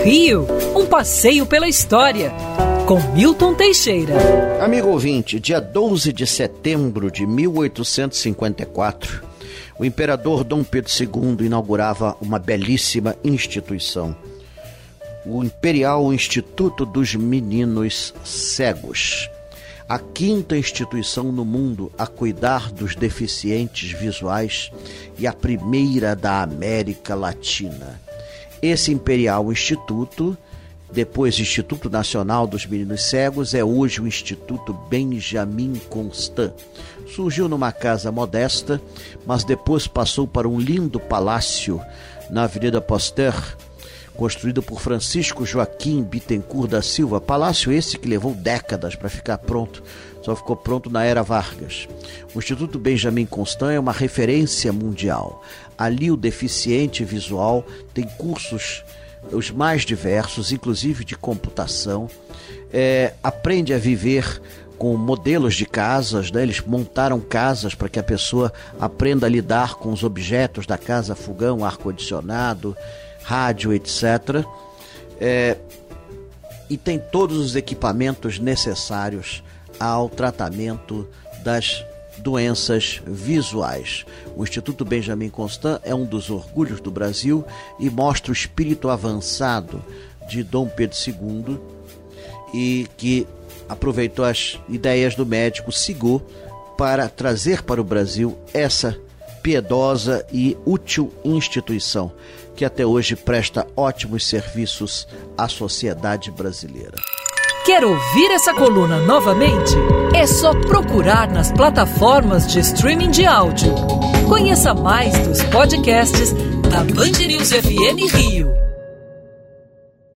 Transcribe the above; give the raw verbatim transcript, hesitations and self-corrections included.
Rio, um passeio pela história, com Milton Teixeira. Amigo ouvinte, dia doze de setembro de mil oitocentos e cinquenta e quatro, o imperador Dom Pedro segundo inaugurava uma belíssima instituição, o Imperial Instituto dos Meninos Cegos, a quinta instituição no mundo a cuidar dos deficientes visuais e a primeira da América Latina. Esse Imperial Instituto, depois Instituto Nacional dos Meninos Cegos, é hoje o Instituto Benjamin Constant. Surgiu numa casa modesta, mas depois passou para um lindo palácio na Avenida Pasteur, construído por Francisco Joaquim Bittencourt da Silva. Palácio esse que levou décadas para ficar pronto, só ficou pronto na era Vargas. O Instituto Benjamin Constant é uma referência mundial. Ali o deficiente visual tem cursos os mais diversos, inclusive de computação, é, aprende a viver com modelos de casas, né? Eles montaram casas para que a pessoa aprenda a lidar com os objetos da casa, fogão, ar-condicionado, rádio, etcétera. É, e tem todos os equipamentos necessários ao tratamento das doenças visuais. O Instituto Benjamin Constant é um dos orgulhos do Brasil e mostra o espírito avançado de Dom Pedro segundo e que aproveitou as ideias do médico Sigaud para trazer para o Brasil essa piedosa e útil instituição que até hoje presta ótimos serviços à sociedade brasileira. Quer ouvir essa coluna novamente? É só procurar nas plataformas de streaming de áudio. Conheça mais dos podcasts da Band News F M Rio.